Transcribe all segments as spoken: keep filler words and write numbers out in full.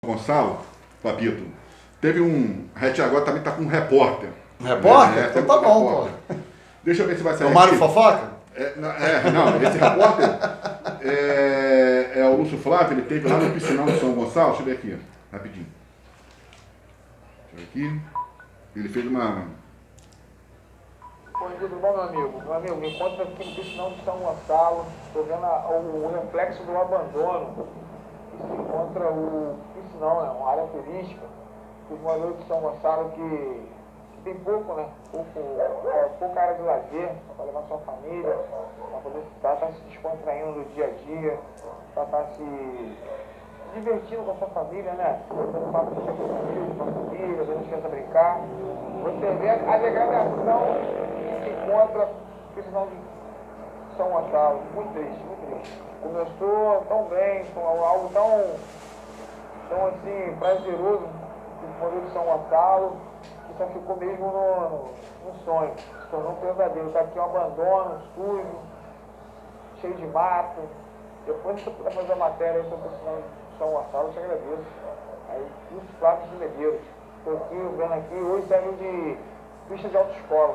Gonçalo, Papito, teve um. A gente agora também tá com um repórter. Um repórter? É, então tá bom, repórter. pô. Deixa eu ver se vai sair. É o Mário aqui. Fofoca? É, não, é, não, esse repórter é, é o Lúcio Flávio, ele teve lá no piscinão do São Gonçalo. Deixa eu ver aqui, rapidinho. Deixa eu ver aqui. Ele fez uma. Bom dia, tudo bom, meu amigo? Meu amigo, me encontro aqui no piscinão de São Gonçalo. Estou vendo a, o, o reflexo do abandono. Se encontra o piscinão, é uma área turística. Os moradores de São Gonçalo que, que tem pouco, né? Pouco, é, pouca área de lazer para levar sua família, para poder estar tá, tá se descontraindo no dia a dia, para estar tá se divertindo com a sua família, né? Dando papo com a sua família, com a família, dando criança brincar. Você vê a degradação que se encontra no piscinão de São Gonçalo. Muito triste, muito triste. Começou tão bem, com algo tão, tão assim, prazeroso, o modelo de São Gonçalo, que só ficou mesmo no, no, no sonho. Se tornou um pesadelo. Está aqui um abandono, sujo, cheio de mato. Depois que você puder fazer a matéria aí sobre o Piscinão de São Gonçalo, eu te agradeço. Aí, os Flávio de Medeiros. Estou aqui, vendo aqui, hoje serve de pista de autoescola.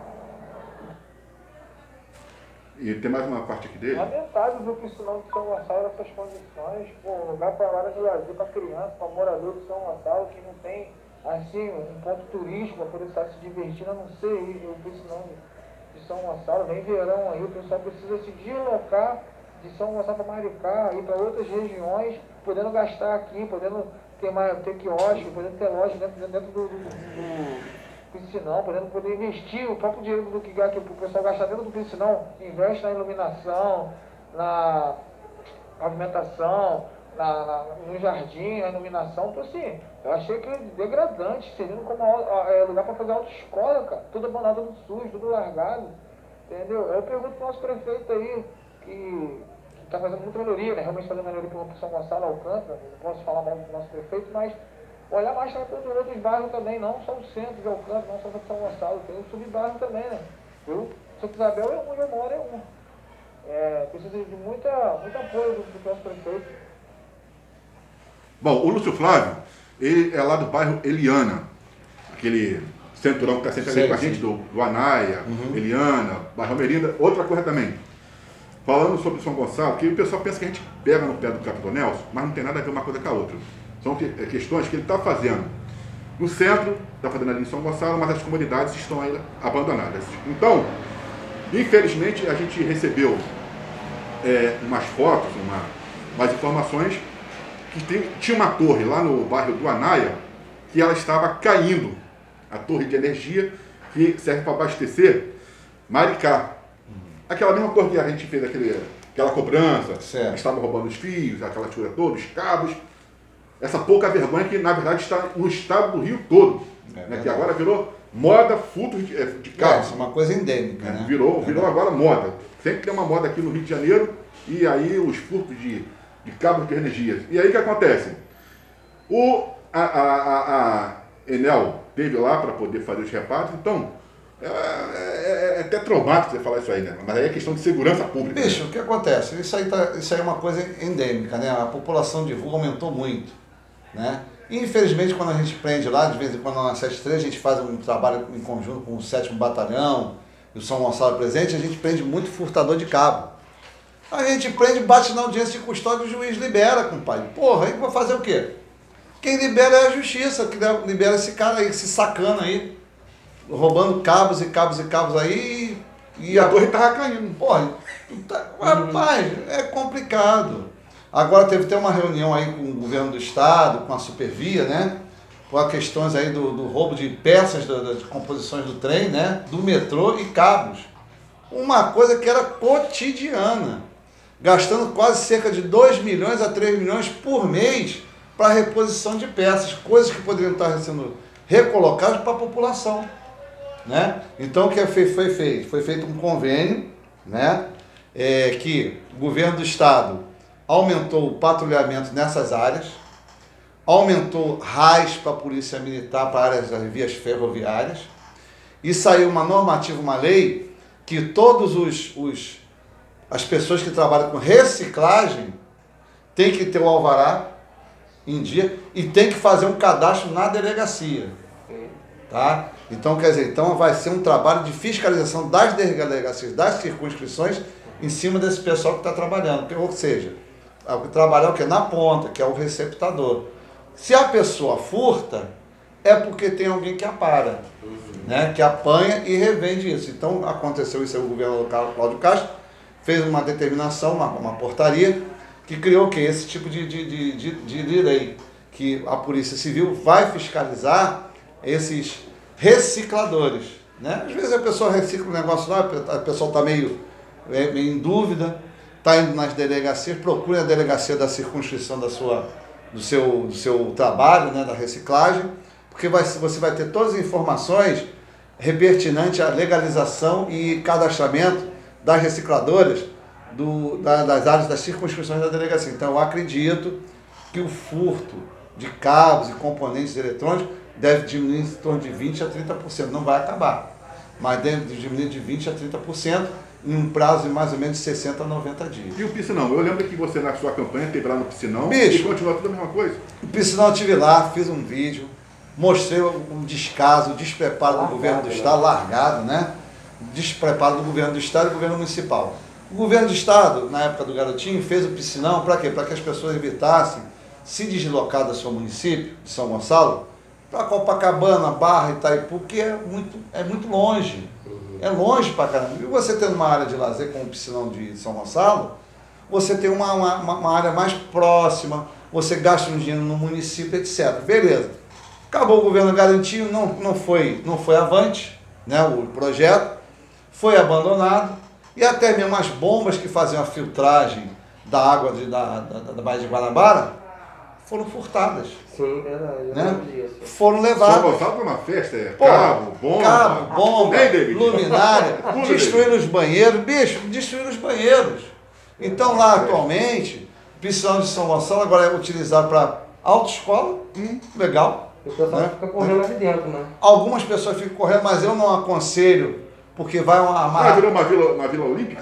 E tem mais uma parte aqui dele? Lamentável ver o Piscinão de São Gonçalo nessas condições, pô, um lugar para área de lazer para criança, para morador de São Gonçalo que não tem, assim, um ponto turístico para poder estar se divertindo, a não ser o Piscinão de São Gonçalo. Vem verão aí, o pessoal precisa se deslocar de São Gonçalo para Maricá, ir para outras regiões, podendo gastar aqui, podendo ter, mais, ter quiosque, podendo ter loja dentro, dentro do, do, do piscinão, podendo poder investir o próprio dinheiro do que, que o pessoal gasta dentro do piscinão, investe na iluminação, na pavimentação, na, na, no jardim, na iluminação. Então, assim, eu achei que é degradante, servindo como é, lugar para fazer autoescola, cara, tudo abandonado, tudo sujo, tudo largado, entendeu? Eu pergunto pro nosso prefeito aí, que está fazendo muita melhoria, né? Realmente fazendo melhoria para o São Gonçalo, Alcântara, não posso falar mal do nosso prefeito, mas olhar mais para os outros bairros também, não só o centro de Alcântara, não só o São Gonçalo, tem o subbairro também, né? Eu, Santa Isabel é onde eu moro, é um. É, precisa de muita, muito apoio do, do nosso prefeito. Bom, o Lúcio Flávio, ele é lá do bairro Eliana, aquele centurão que está sempre ali com a gente, do, do Anaia, uhum. Eliana, bairro Merinda. Outra coisa também, falando sobre São Gonçalo, que o pessoal pensa que a gente pega no pé do Capitão Nelson, mas não tem nada a ver uma coisa com a outra. São questões que ele está fazendo no centro, está fazendo ali em São Gonçalo, mas as comunidades estão aí abandonadas. Então, infelizmente, a gente recebeu é, umas fotos, uma, umas informações que tem, tinha uma torre lá no bairro do Anaia que ela estava caindo, a torre de energia que serve para abastecer Maricá. Aquela mesma torre que a gente fez aquele, aquela cobrança, certo. Estavam roubando os fios, aquela coisa toda, os cabos. Essa pouca vergonha que, na verdade, está no estado do Rio todo. É né, que agora virou moda furto de, de cabos. É, uma coisa endêmica, é, né? Virou, é virou agora moda. Sempre tem uma moda aqui no Rio de Janeiro, e aí os furtos de, de cabos de energia. E aí o que acontece? O, a, a, a, a Enel teve lá para poder fazer os reparos, então é, é, é até traumático você falar isso aí, né? Mas aí é questão de segurança pública. Bicho, né? O que acontece? Isso aí, tá, isso aí é uma coisa endêmica, né? A população de rua aumentou muito, né? Infelizmente, quando a gente prende lá, de vez em quando na sete três, a gente faz um trabalho em conjunto com o sétimo Batalhão e o São Gonçalo presente, a gente prende muito furtador de cabo. A gente prende, bate na audiência de custódia e o juiz libera, compadre. Porra, aí vai fazer o quê? Quem libera é a justiça, que libera esse cara aí, esse sacana aí, roubando cabos e cabos e cabos aí. E, e a, a torre tava caindo. Porra, tá, rapaz, é complicado. Agora teve até uma reunião aí com o governo do estado, com a Supervia, né? Com as questões aí do, do roubo de peças das composições do trem, né? Do metrô e cabos. Uma coisa que era cotidiana. Gastando quase cerca de dois milhões a três milhões por mês para reposição de peças. Coisas que poderiam estar sendo recolocadas para a população, né? Então o que foi feito? Foi feito um convênio, né? É, que o governo do estado aumentou o patrulhamento nessas áreas, aumentou R A S para a Polícia Militar, para áreas das vias ferroviárias, e saiu uma normativa, uma lei, que todos os, os as pessoas que trabalham com reciclagem têm que ter o alvará em dia e tem que fazer um cadastro na delegacia. Tá? Então, quer dizer, então vai ser um trabalho de fiscalização das delegacias, das circunscrições, em cima desse pessoal que está trabalhando. Ou seja, trabalhar o que? Na ponta, que é o receptador. Se a pessoa furta, é porque tem alguém que apara, né? Que apanha e revende isso. Então, aconteceu isso aí, o governo local, Cláudio Castro, fez uma determinação, uma, uma portaria, que criou o quê? Esse tipo de, de, de, de, de lei, que a Polícia Civil vai fiscalizar esses recicladores, né? Às vezes a pessoa recicla um negócio lá, a pessoa está meio, é, meio em dúvida, está indo nas delegacias, procure a delegacia da circunscrição da sua, do, seu, do seu trabalho, né, da reciclagem, porque vai, você vai ter todas as informações repertinentes à legalização e cadastramento das recicladoras do, da, das áreas das circunscrições da delegacia. Então eu acredito que o furto de cabos e componentes eletrônicos deve diminuir em torno de vinte a trinta por cento. Não vai acabar, mas deve diminuir de vinte a trinta por cento em um prazo de mais ou menos sessenta a noventa dias. E o piscinão? Eu lembro que você na sua campanha teve lá no piscinão. Bicho, e continua tudo a mesma coisa. O piscinão eu estive lá, fiz um vídeo, mostrei o descaso, o despreparo Largado, do governo do né? Estado, largado, né? Despreparo do governo do Estado e do governo municipal. O governo do Estado, na época do Garotinho, fez o piscinão para quê? Para que as pessoas evitassem se deslocar do seu município, de São Gonçalo, para Copacabana, Barra, Itaipu, que é muito, é muito longe. É longe pra caramba. E você tendo uma área de lazer como o piscinão de São Gonçalo, você tem uma, uma, uma área mais próxima, você gasta um dinheiro no município, etcétera. Beleza. Acabou o governo Garantido, não, não, foi, não foi avante, né, o projeto, foi abandonado, e até mesmo as bombas que faziam a filtragem da água de, da, da, da Baía de Guanabara foram furtadas. Sim, verdade. Eu Né? lembro disso. Foram levadas. São Gonçalo para uma festa, é Pô, cabo, bomba. Cabo, bomba, Ei, David? luminária, Tudo, destruíram os banheiros, bicho, destruíram os banheiros. Então lá atualmente, o piscinão de São Gonçalo agora é utilizado para autoescola, hum, legal. O pessoal Né? fica correndo ali dentro, né? Algumas pessoas ficam correndo, mas eu não aconselho, porque vai uma... Ah, uma... virou uma vila, uma vila olímpica?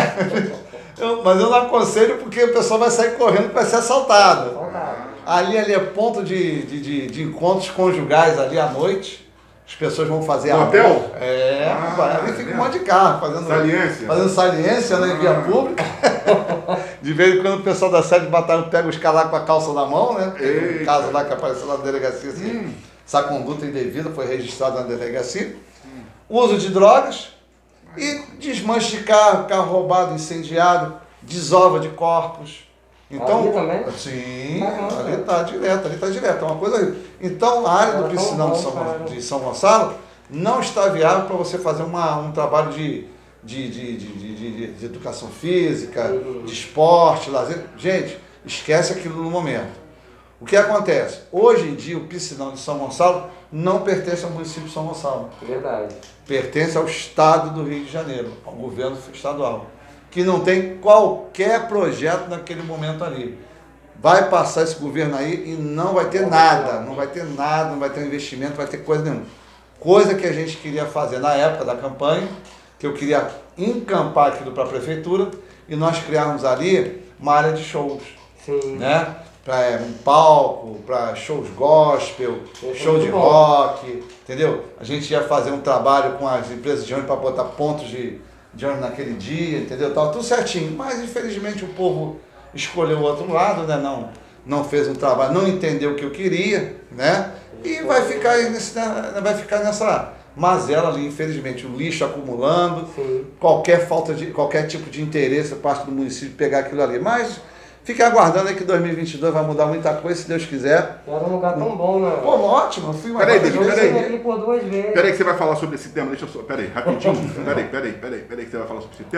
Eu, mas eu não aconselho porque o pessoal vai sair correndo e vai ser assaltado. Faltava. Ali, ali é ponto de, de, de, de encontros conjugais ali à noite. As pessoas vão fazer No amor. hotel? É, Ah, ali fica é um monte de carro fazendo Saliência. fazendo saliência né, em via pública. De vez em quando o pessoal da sede de batalha pega os caras lá com a calça na mão, né? Teve um Eita. caso lá que apareceu lá na delegacia assim. Hum. Essa conduta indevida foi registrada na delegacia. Uso de drogas e desmanche de carro, carro roubado, incendiado, desova de corpos. Então, Ali também? sim, Caramba. ali está direto, ali está direto, é uma coisa horrível. Então, a área do Era tão piscinão de bom, São, cara. de São Gonçalo não está viável para você fazer uma, um trabalho de, de, de, de, de, de- de educação física, Uhum. de esporte, lazer. Gente, esquece aquilo no momento. O que acontece? Hoje em dia, o piscinão de São Gonçalo não pertence ao município de São Gonçalo. Verdade. Pertence ao Estado do Rio de Janeiro, ao governo estadual, que não tem qualquer projeto naquele momento ali. Vai passar esse governo aí e não vai ter nada, não vai ter nada, não vai ter investimento, não vai ter coisa nenhuma. Coisa que a gente queria fazer na época da campanha, que eu queria encampar aquilo para a prefeitura e nós criarmos ali uma área de shows, Sim. né? Para um palco, para shows gospel, Isso show é de muito bom. rock, entendeu? A gente ia fazer um trabalho com as empresas de ônibus para botar pontos de, de ônibus naquele dia, entendeu? Tava tudo certinho, mas infelizmente o povo escolheu o outro lado, né? Não, não fez um trabalho, não entendeu o que eu queria, né? E vai ficar, aí nesse, né, vai ficar nessa mazela ali, infelizmente, o lixo acumulando, Sim. qualquer falta de, qualquer tipo de interesse da parte do município pegar aquilo ali. Mas fique aguardando aí que dois mil e vinte e dois vai mudar muita coisa, se Deus quiser. Era um lugar tão bom, né? Pô, ótimo, eu fui uma Peraí, várias David, vezes peraí. Eu aí. aqui por duas vezes. Peraí que você vai falar sobre esse tema, deixa eu só, peraí, rapidinho, peraí, peraí, peraí, peraí que você vai falar sobre esse tema.